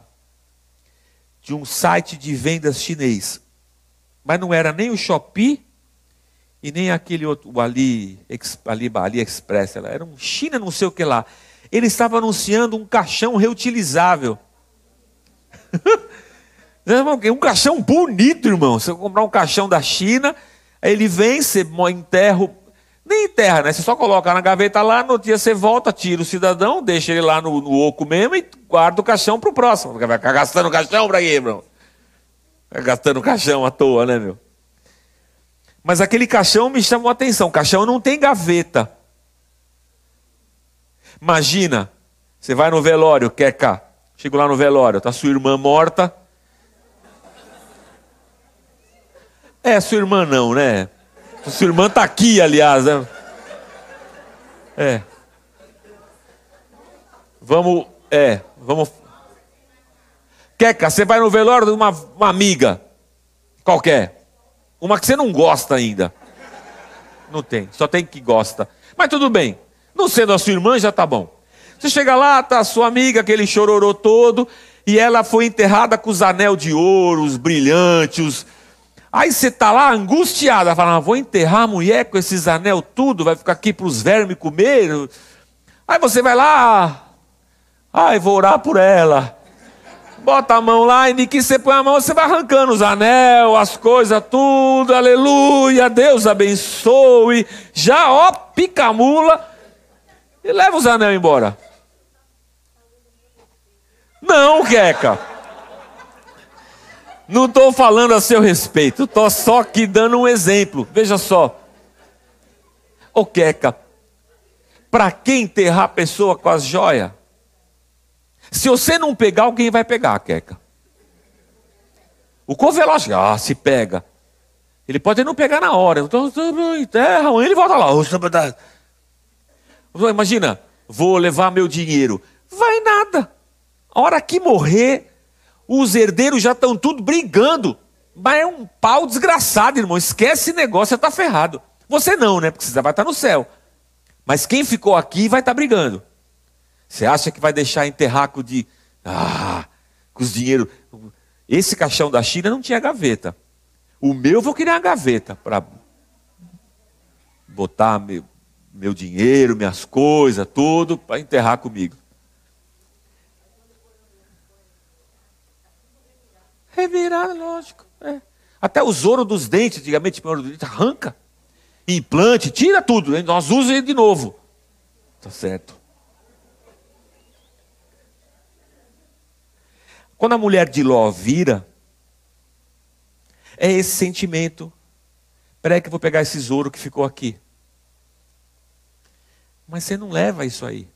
um site de vendas chinês. Mas não era nem o Shopee e nem aquele outro, o AliExpress. Era um China não sei o que lá. Ele estava anunciando um caixão reutilizável. Um caixão bonito, irmão. Você comprar um caixão da China, aí ele vem, você enterra, nem enterra, né? Você só coloca na gaveta lá, no dia você volta, tira o cidadão, deixa ele lá no oco mesmo e guarda o caixão para o próximo. Vai ficar gastando caixão para quê, irmão? Vai gastando caixão à toa, né, meu? Mas aquele caixão me chamou a atenção. O caixão não tem gaveta. Imagina, você vai no velório, quer cá. Chego lá no velório, tá sua irmã morta. Sua irmã não, né? Sua irmã tá aqui, aliás, né? Vamos. Queca, você vai no velório de uma amiga. Qualquer. Uma que você não gosta ainda. Não tem, só tem que gosta. Mas tudo bem. Não sendo a sua irmã, já tá bom. Você chega lá, tá a sua amiga, aquele chororô todo, e ela foi enterrada com os anel de ouro, os brilhantes, Aí você está lá angustiado, falando, vou enterrar a mulher com esses anel tudo, vai ficar aqui para os vermes comer. Aí você vai lá, vou orar por ela. Bota a mão lá, e de que você põe a mão, você vai arrancando os anel, as coisas, tudo, aleluia, Deus abençoe. Já, pica a mula e leva os anel embora. Não, Queca. Não estou falando a seu respeito, estou só aqui dando um exemplo. Veja só. Ô Queca, para que enterrar a pessoa com as joias? Se você não pegar, alguém vai pegar, Queca. O Covelote, se pega. Ele pode não pegar na hora. Então, enterra, ele volta lá. Imagina, vou levar meu dinheiro. Vai nada. A hora que morrer, os herdeiros já estão tudo brigando. Mas é um pau desgraçado, irmão. Esquece esse negócio, você está ferrado. Você não, né? Porque você vai estar no céu. Mas quem ficou aqui vai estar brigando. Você acha que vai deixar enterrar com os dinheiro? Esse caixão da China não tinha gaveta. O meu eu vou criar uma gaveta para botar meu dinheiro, minhas coisas, tudo para enterrar comigo. Revirar, lógico. É. Até os ouro dos dentes, antigamente, ouro dos dentes, arranca. Implante, tira tudo. Hein? Nós usamos ele de novo. Tá certo. Quando a mulher de Ló vira, é esse sentimento. Peraí que eu vou pegar esse ouro que ficou aqui. Mas você não leva isso aí.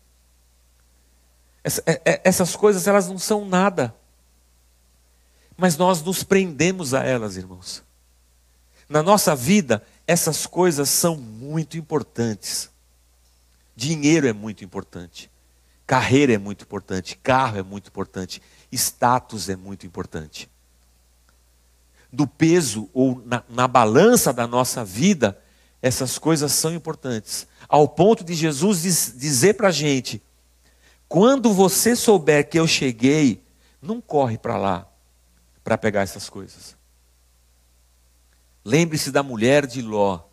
Essas coisas, elas não são nada. Mas nós nos prendemos a elas, irmãos. Na nossa vida, essas coisas são muito importantes. Dinheiro é muito importante. Carreira é muito importante. Carro é muito importante. Status é muito importante. Do peso ou na balança da nossa vida, essas coisas são importantes. Ao ponto de Jesus dizer para a gente, quando você souber que eu cheguei, não corre para lá para pegar essas coisas. Lembre-se da mulher de Ló.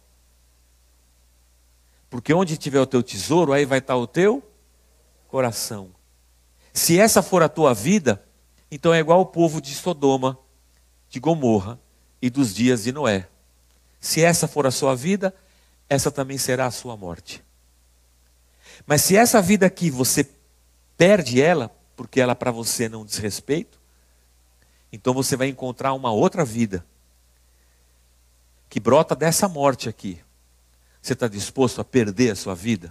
Porque onde tiver o teu tesouro, aí vai estar o teu coração. Se essa for a tua vida, então é igual o povo de Sodoma, de Gomorra e dos dias de Noé. Se essa for a sua vida, essa também será a sua morte. Mas se essa vida aqui você perde ela, porque ela para você não diz respeito, então você vai encontrar uma outra vida que brota dessa morte aqui. Você está disposto a perder a sua vida?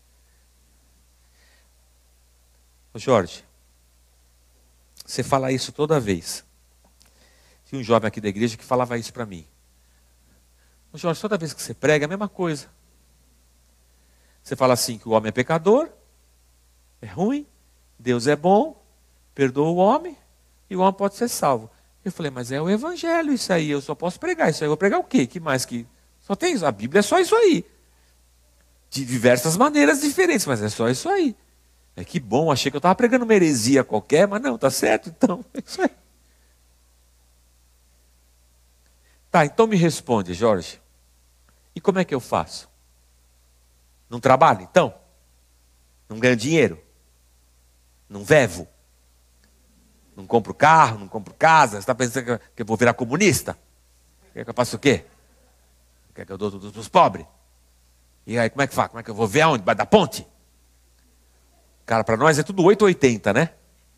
Ô Jorge, você fala isso toda vez. Tinha um jovem aqui da igreja que falava isso para mim. Ô Jorge, toda vez que você prega, é a mesma coisa. Você fala assim, que o homem é pecador, é ruim, Deus é bom, perdoa o homem, e o homem pode ser salvo. Eu falei, mas é o evangelho isso aí, eu só posso pregar isso aí. Eu vou pregar o quê? Que mais que... Só tem isso, a Bíblia é só isso aí. De diversas maneiras diferentes, mas é só isso aí. É que bom, achei que eu estava pregando uma heresia qualquer, mas não, tá certo então, é isso aí. Tá, então me responde, Jorge. E como é que eu faço? Não trabalho, então? Não ganho dinheiro? Não vevo? Não compro carro, não compro casa? Você está pensando que eu vou virar comunista? Quer que eu faça o quê? Quer que eu dou tudo para os pobres? E aí, como é que faz? Como é que eu vou ver aonde? Debaixo da ponte? Cara, para nós é tudo 880, né?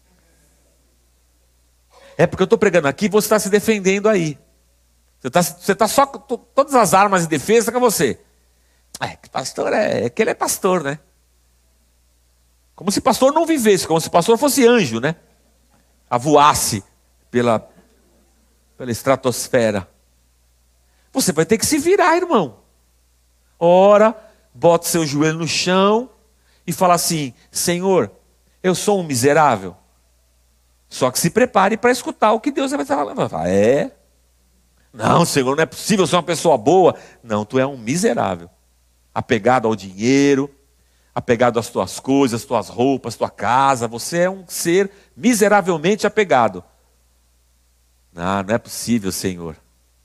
É porque eu estou pregando aqui e você está se defendendo aí. Você está só com todas as armas de defesa com você. Que pastor é que ele é pastor, né? Como se pastor não vivesse, como se pastor fosse anjo, né? Voasse pela estratosfera. Você vai ter que se virar, irmão. Ora, bota seu joelho no chão e fala assim, Senhor, eu sou um miserável. Só que se prepare para escutar o que Deus vai estar falando. Não, Senhor, não é possível, eu sou uma pessoa boa. Não, tu é um miserável. Apegado ao dinheiro, apegado às tuas coisas, às tuas roupas, à tua casa. Você é um ser miseravelmente apegado. Não é possível, Senhor.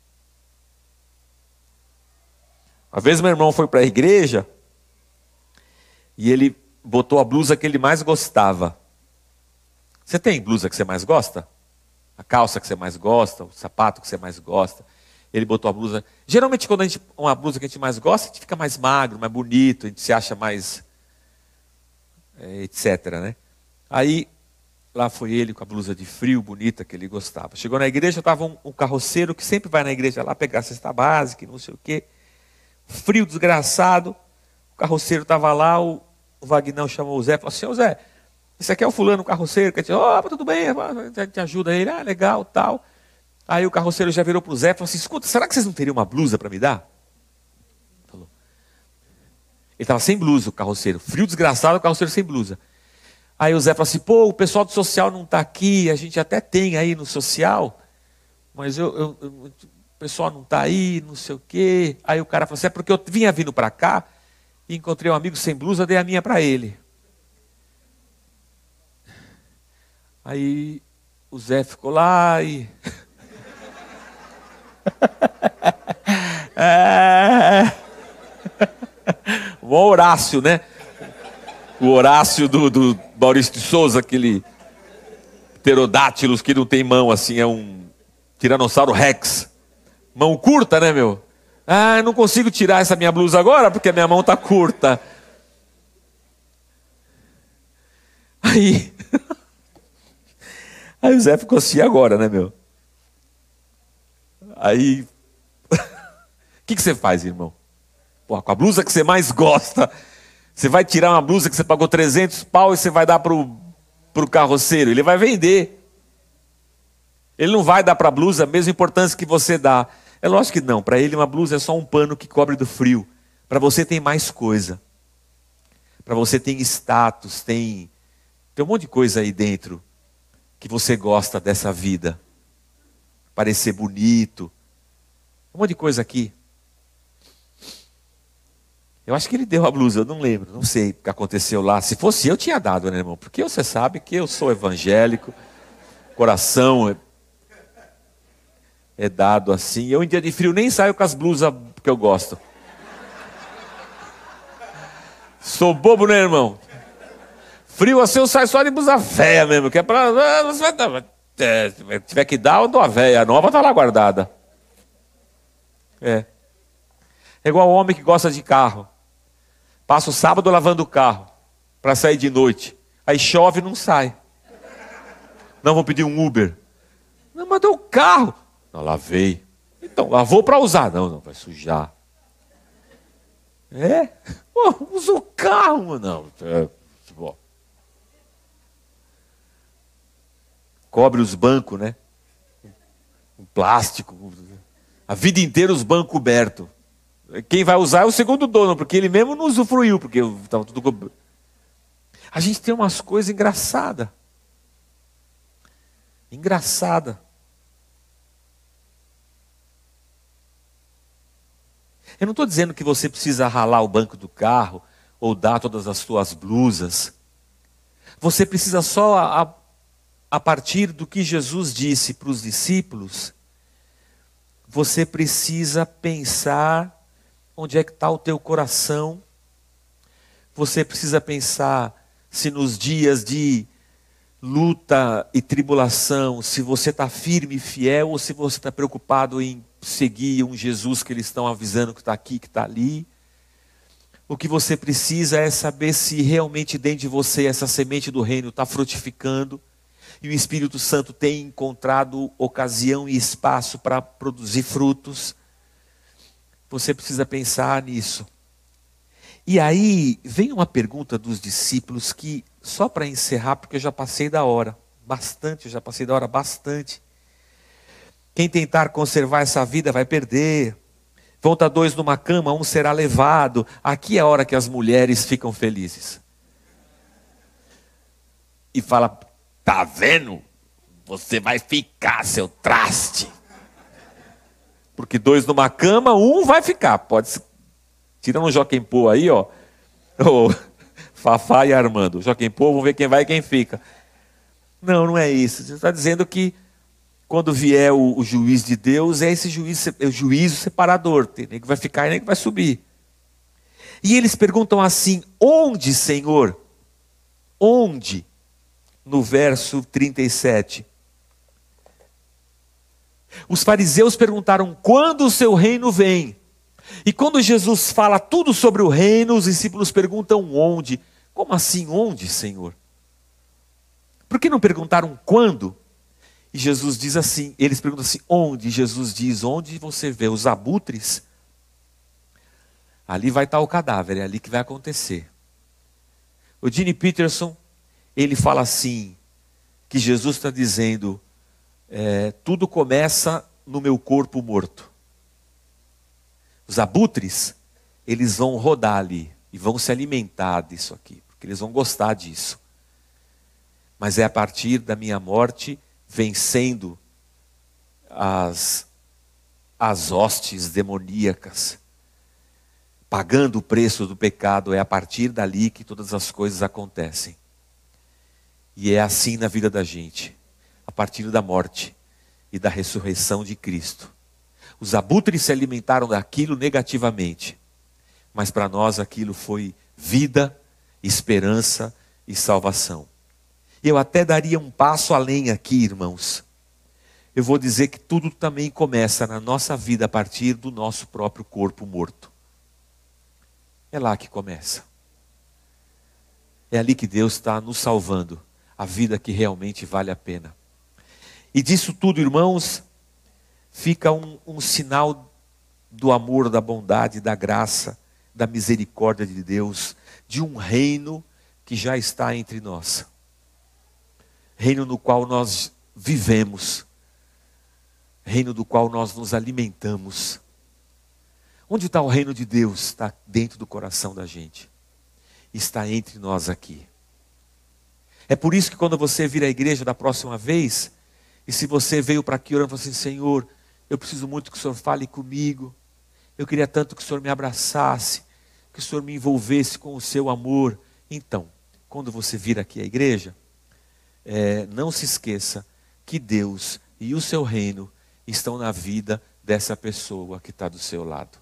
Uma vez meu irmão foi para a igreja e ele botou a blusa que ele mais gostava. Você tem blusa que você mais gosta? A calça que você mais gosta, o sapato que você mais gosta. Ele botou a blusa. Geralmente quando uma blusa que a gente mais gosta, a gente fica mais magro, mais bonito, a gente se acha mais etc, né? Aí Lá foi ele com a blusa de frio bonita que ele gostava. Chegou na igreja, estava um carroceiro que sempre vai na igreja lá pegar a cesta básica e não sei o quê. Frio desgraçado. O carroceiro estava lá, o Vagnão chamou o Zé e falou assim: ô Zé, esse aqui é o fulano, o carroceiro. Que tudo bem, te ajuda ele. Ah, legal, tal. Aí o carroceiro já virou para o Zé e falou assim: escuta, será que vocês não teriam uma blusa para me dar? Falou. Ele estava sem blusa, o carroceiro. Frio desgraçado, o carroceiro sem blusa. Aí o Zé falou assim: pô, o pessoal do social não está aqui, a gente até tem aí no social, mas o pessoal não está aí, não sei o quê. Aí o cara falou assim: é porque eu vinha vindo para cá e encontrei um amigo sem blusa, dei a minha para ele. Aí o Zé ficou lá e... O Horácio, né? O Horácio do Maurício de Souza, aquele pterodátilos que não tem mão assim, é um tiranossauro rex. Mão curta, né, meu? Ah, eu não consigo tirar essa minha blusa agora porque a minha mão tá curta. Aí o Zé ficou assim agora, né, meu? Aí, o que você faz, irmão? Pô, com a blusa que você mais gosta, você vai tirar uma blusa que você pagou 300 pau e você vai dar pro carroceiro. Ele vai vender. Ele não vai dar para a blusa a mesma importância que você dá. É lógico que não. Para ele uma blusa é só um pano que cobre do frio. Para você tem mais coisa. Para você tem status, tem um monte de coisa aí dentro que você gosta dessa vida. Parecer bonito. Um monte de coisa aqui. Eu acho que ele deu a blusa, eu não lembro, não sei o que aconteceu lá. Se fosse eu, tinha dado, né, irmão? Porque você sabe que eu sou evangélico, coração é dado assim. Eu em dia de frio nem saio com as blusas que eu gosto. Sou bobo, né, irmão? Frio assim eu saio só de blusa velha mesmo, que é pra... Se tiver que dar, eu dou a velha. A nova tá lá guardada. É igual o homem que gosta de carro. Passa o sábado lavando o carro para sair de noite. Aí chove e não sai. Não, vou pedir um Uber. Não, mas deu o carro. Não, lavei. Então, lavou para usar. Não, vai sujar. Pô, usa o carro. Não, bom. Cobre os bancos, né? Um plástico. A vida inteira os bancos cobertos. Quem vai usar é o segundo dono, porque ele mesmo não usufruiu, porque estava tudo... A gente tem umas coisas engraçadas. Eu não estou dizendo que você precisa ralar o banco do carro, ou dar todas as suas blusas. Você precisa só, a partir do que Jesus disse para os discípulos, você precisa pensar onde é que está o teu coração. Você precisa pensar se nos dias de luta e tribulação, se você está firme e fiel, ou se você está preocupado em seguir um Jesus que eles estão avisando que está aqui, que está ali. O que você precisa é saber se realmente dentro de você essa semente do reino está frutificando e o Espírito Santo tem encontrado ocasião e espaço para produzir frutos. Você precisa pensar nisso. E aí vem uma pergunta dos discípulos que, só para encerrar, porque eu já passei da hora, bastante. Quem tentar conservar essa vida vai perder. Vão estar dois numa cama, um será levado. Aqui é a hora que as mulheres ficam felizes. E fala, tá vendo? Você vai ficar, seu traste. Porque dois numa cama, um vai ficar. Pode ser. Tirando o Joaquim Pô aí, ó. O Fafá e Armando. Joaquim Pô, vamos ver quem vai e quem fica. Não é isso. Você está dizendo que quando vier o juiz de Deus, é esse juízo separador. Tem nem que vai ficar e nem que vai subir. E eles perguntam assim, onde, Senhor? Onde? No verso 37. Os fariseus perguntaram, quando o seu reino vem? E quando Jesus fala tudo sobre o reino, os discípulos perguntam onde? Como assim onde, Senhor? Por que não perguntaram quando? E Jesus diz assim, eles perguntam assim, onde? Jesus diz, onde você vê os abutres, ali vai estar o cadáver, é ali que vai acontecer. O Gene Peterson, ele fala assim, que Jesus está dizendo, tudo começa no meu corpo morto. Os abutres, eles vão rodar ali e vão se alimentar disso aqui, porque eles vão gostar disso. Mas é a partir da minha morte, vencendo as hostes demoníacas, pagando o preço do pecado, é a partir dali que todas as coisas acontecem. E é assim na vida da gente, a partir da morte e da ressurreição de Cristo. Os abutres se alimentaram daquilo negativamente, mas para nós aquilo foi vida, esperança e salvação. Eu até daria um passo além aqui, irmãos. Eu vou dizer que tudo também começa na nossa vida a partir do nosso próprio corpo morto. É lá que começa. É ali que Deus está nos salvando, a vida que realmente vale a pena. E disso tudo, irmãos, fica um sinal do amor, da bondade, da graça, da misericórdia de Deus, de um reino que já está entre nós. Reino no qual nós vivemos, reino do qual nós nos alimentamos. Onde está o reino de Deus? Está dentro do coração da gente. Está entre nós aqui. É por isso que quando você vir à igreja da próxima vez, e se você veio para aqui orando assim, Senhor, eu preciso muito que o Senhor fale comigo, eu queria tanto que o Senhor me abraçasse, que o Senhor me envolvesse com o seu amor. Então, quando você vir aqui à igreja, não se esqueça que Deus e o seu reino estão na vida dessa pessoa que está do seu lado.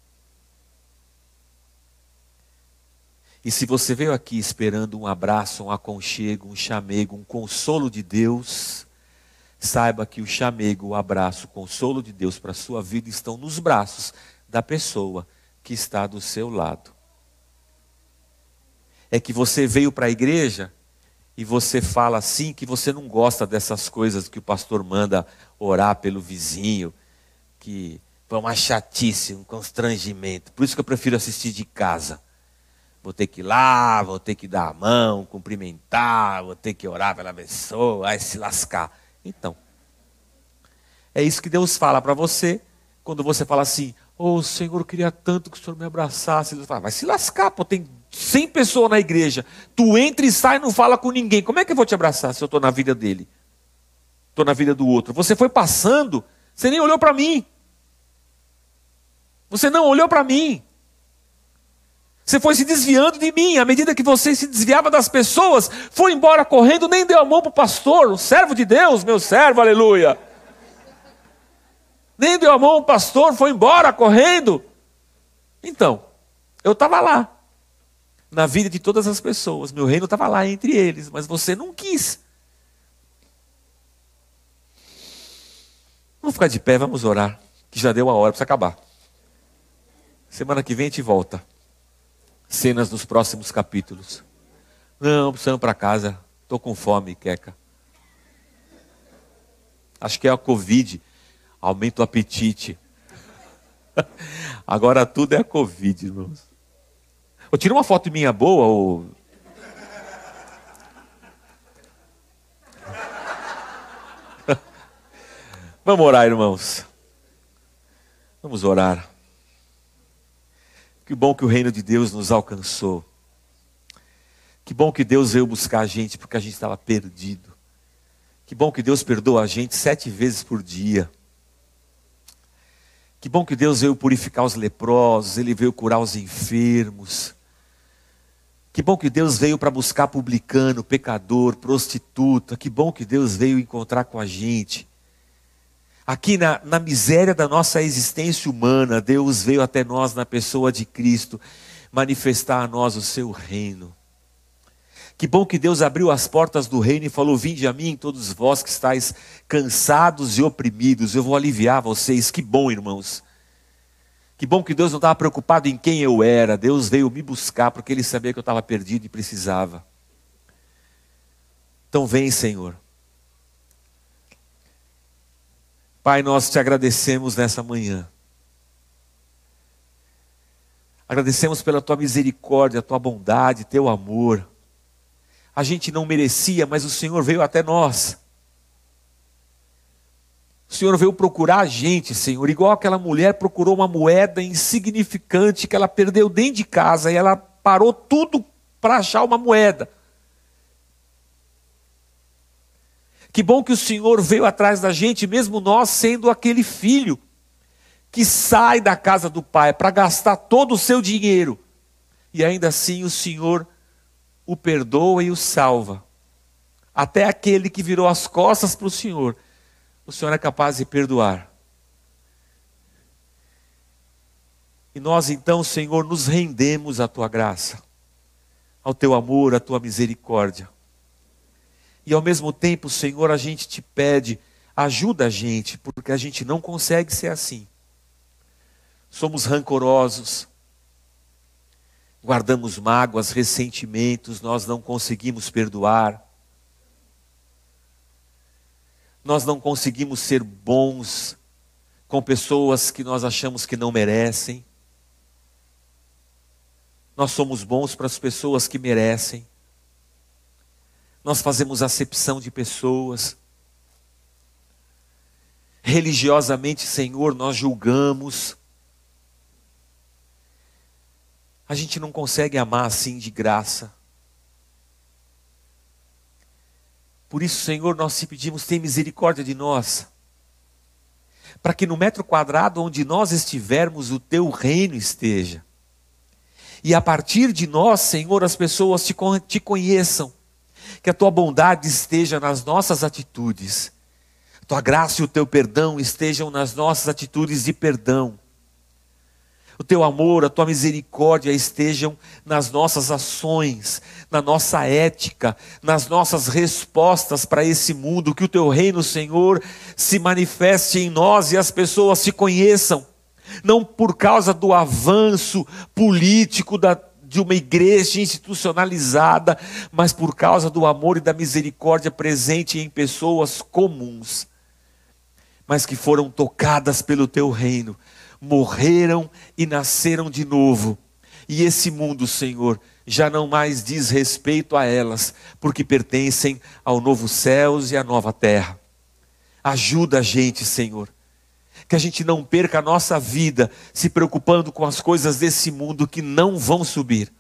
E se você veio aqui esperando um abraço, um aconchego, um chamego, um consolo de Deus, saiba que o chamego, o abraço, o consolo de Deus para a sua vida estão nos braços da pessoa que está do seu lado. É que você veio para a igreja e você fala assim que você não gosta dessas coisas que o pastor manda orar pelo vizinho, que foi uma chatice, um constrangimento. Por isso que eu prefiro assistir de casa. Vou ter que ir lá, vou ter que dar a mão, cumprimentar, vou ter que orar pela pessoa, vai se lascar. Então, é isso que Deus fala para você, quando você fala assim, Senhor, eu queria tanto que o Senhor me abraçasse. Deus fala, vai se lascar, tem 100 pessoas na igreja, tu entra e sai e não fala com ninguém, como é que eu vou te abraçar se eu estou na vida dele? Estou na vida do outro. Você foi passando, você nem olhou para mim. Você não olhou para mim. Você foi se desviando de mim. À medida que você se desviava das pessoas, foi embora correndo, nem deu a mão para o pastor, o servo de Deus, meu servo, aleluia. Nem deu a mão ao pastor, foi embora correndo. Então, eu estava lá, na vida de todas as pessoas. Meu reino estava lá entre eles, mas você não quis. Vamos ficar de pé, vamos orar, que já deu a hora, precisa acabar. Semana que vem a gente volta. Cenas dos próximos capítulos. Não, precisamos ir para casa. Estou com fome, Queca. Acho que é a Covid. Aumenta o apetite. Agora tudo é a Covid, irmãos. Eu tiro uma foto minha boa, ou... Vamos orar, irmãos. Vamos orar. Que bom que o reino de Deus nos alcançou. Que bom que Deus veio buscar a gente porque a gente estava perdido. Que bom que Deus perdoa a gente 7 vezes por dia. Que bom que Deus veio purificar os leprosos, Ele veio curar os enfermos. Que bom que Deus veio para buscar publicano, pecador, prostituta. Que bom que Deus veio encontrar com a gente. Aqui na miséria da nossa existência humana, Deus veio até nós na pessoa de Cristo, manifestar a nós o seu reino. Que bom que Deus abriu as portas do reino e falou, vinde a mim todos vós que estáis cansados e oprimidos, eu vou aliviar vocês. Que bom, irmãos. Que bom que Deus não estava preocupado em quem eu era, Deus veio me buscar porque Ele sabia que eu estava perdido e precisava. Então vem, Senhor. Pai, nós te agradecemos nessa manhã. Agradecemos pela tua misericórdia, tua bondade, teu amor. A gente não merecia, mas o Senhor veio até nós. O Senhor veio procurar a gente, Senhor, igual aquela mulher procurou uma moeda insignificante que ela perdeu dentro de casa e ela parou tudo para achar uma moeda. Que bom que o Senhor veio atrás da gente, mesmo nós sendo aquele filho que sai da casa do pai para gastar todo o seu dinheiro. E ainda assim o Senhor o perdoa e o salva. Até aquele que virou as costas para o Senhor é capaz de perdoar. E nós então, Senhor, nos rendemos à tua graça, ao teu amor, à tua misericórdia. E ao mesmo tempo, Senhor, a gente te pede, ajuda a gente, porque a gente não consegue ser assim. Somos rancorosos, guardamos mágoas, ressentimentos, nós não conseguimos perdoar. Nós não conseguimos ser bons com pessoas que nós achamos que não merecem. Nós somos bons para as pessoas que merecem. Nós fazemos acepção de pessoas. Religiosamente, Senhor, nós julgamos. A gente não consegue amar assim de graça. Por isso, Senhor, nós te pedimos, tem misericórdia de nós. Para que no metro quadrado onde nós estivermos, o teu reino esteja. E a partir de nós, Senhor, as pessoas te conheçam. Que a tua bondade esteja nas nossas atitudes. A tua graça e o teu perdão estejam nas nossas atitudes de perdão. O teu amor, a tua misericórdia estejam nas nossas ações, na nossa ética, nas nossas respostas para esse mundo. Que o teu reino, Senhor, se manifeste em nós e as pessoas te conheçam. Não por causa do avanço político de uma igreja institucionalizada, mas por causa do amor e da misericórdia presente em pessoas comuns, mas que foram tocadas pelo teu reino, morreram e nasceram de novo. E esse mundo, Senhor, já não mais diz respeito a elas, porque pertencem ao novo céus e à nova terra. Ajuda a gente, Senhor, que a gente não perca a nossa vida se preocupando com as coisas desse mundo que não vão subir.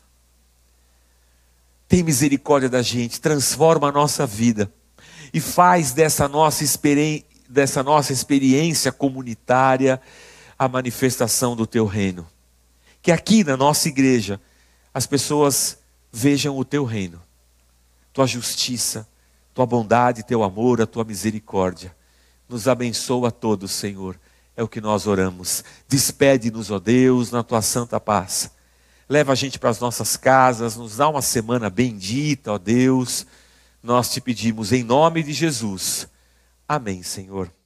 Tem misericórdia da gente, transforma a nossa vida e faz dessa nossa experiência comunitária a manifestação do teu reino. Que aqui na nossa igreja as pessoas vejam o teu reino, tua justiça, tua bondade, teu amor, a tua misericórdia. Nos abençoa a todos, Senhor. É o que nós oramos. Despede-nos, ó Deus, na tua santa paz. Leva a gente para as nossas casas, nos dá uma semana bendita, ó Deus. Nós te pedimos em nome de Jesus. Amém, Senhor.